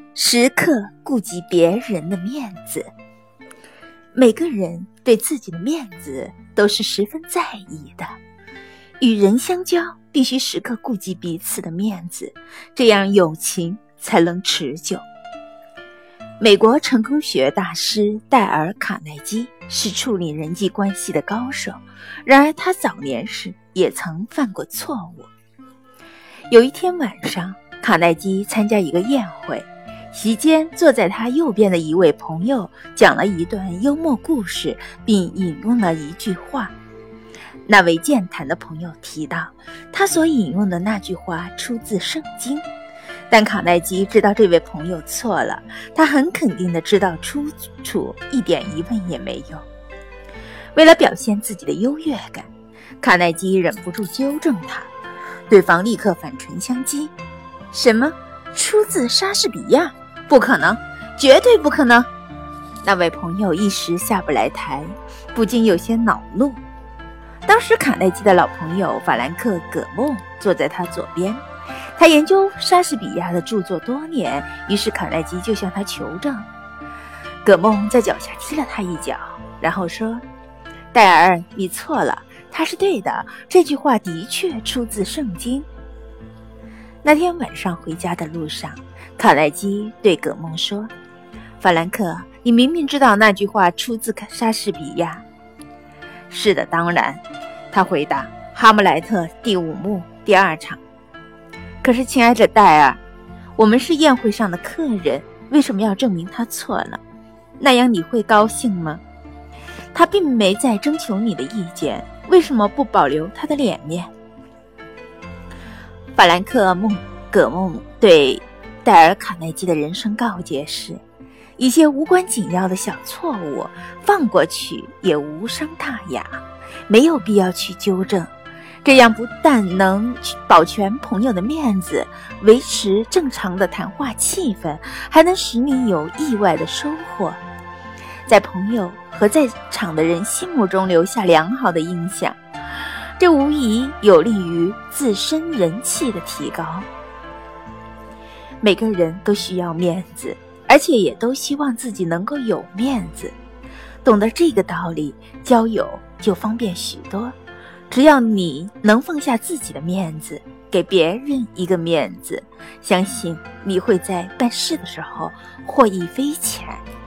时刻顾及别人的面子。每个人对自己的面子都是十分在意的，与人相交必须时刻顾及彼此的面子，这样友情才能持久。美国成功学大师戴尔·卡耐基是处理人际关系的高手，然而他早年时也曾犯过错误。有一天晚上，卡耐基参加一个宴会，席间坐在他右边的一位朋友讲了一段幽默故事，并引用了一句话。那位健谈的朋友提到，他所引用的那句话出自圣经，但卡耐基知道这位朋友错了，他很肯定地知道出处，一点疑问也没有。为了表现自己的优越感，卡耐基忍不住纠正他，对方立刻反唇相讥：什么？出自莎士比亚？不可能，绝对不可能！那位朋友一时下不来台，不禁有些恼怒。当时卡耐基的老朋友法兰克·葛梦坐在他左边，他研究莎士比亚的著作多年，于是卡耐基就向他求证。葛梦在脚下踢了他一脚，然后说：戴尔，你错了，他是对的，这句话的确出自圣经。那天晚上回家的路上，卡耐基对葛梦说：法兰克，你明明知道那句话出自莎士比亚。是的，当然，他回答，哈姆莱特第5幕第2场。可是亲爱的戴尔，我们是宴会上的客人，为什么要证明他错了？那样你会高兴吗？他并没在征求你的意见，为什么不保留他的脸面？法兰克·葛梦对戴尔·卡耐基的人生告诫是：一些无关紧要的小错误放过去也无伤大雅，没有必要去纠正，这样不但能保全朋友的面子，维持正常的谈话气氛，还能使你有意外的收获，在朋友和在场的人心目中留下良好的印象，这无疑有利于自身人气的提高。每个人都需要面子，而且也都希望自己能够有面子。懂得这个道理，交友就方便许多。只要你能放下自己的面子，给别人一个面子，相信你会在办事的时候获益匪浅。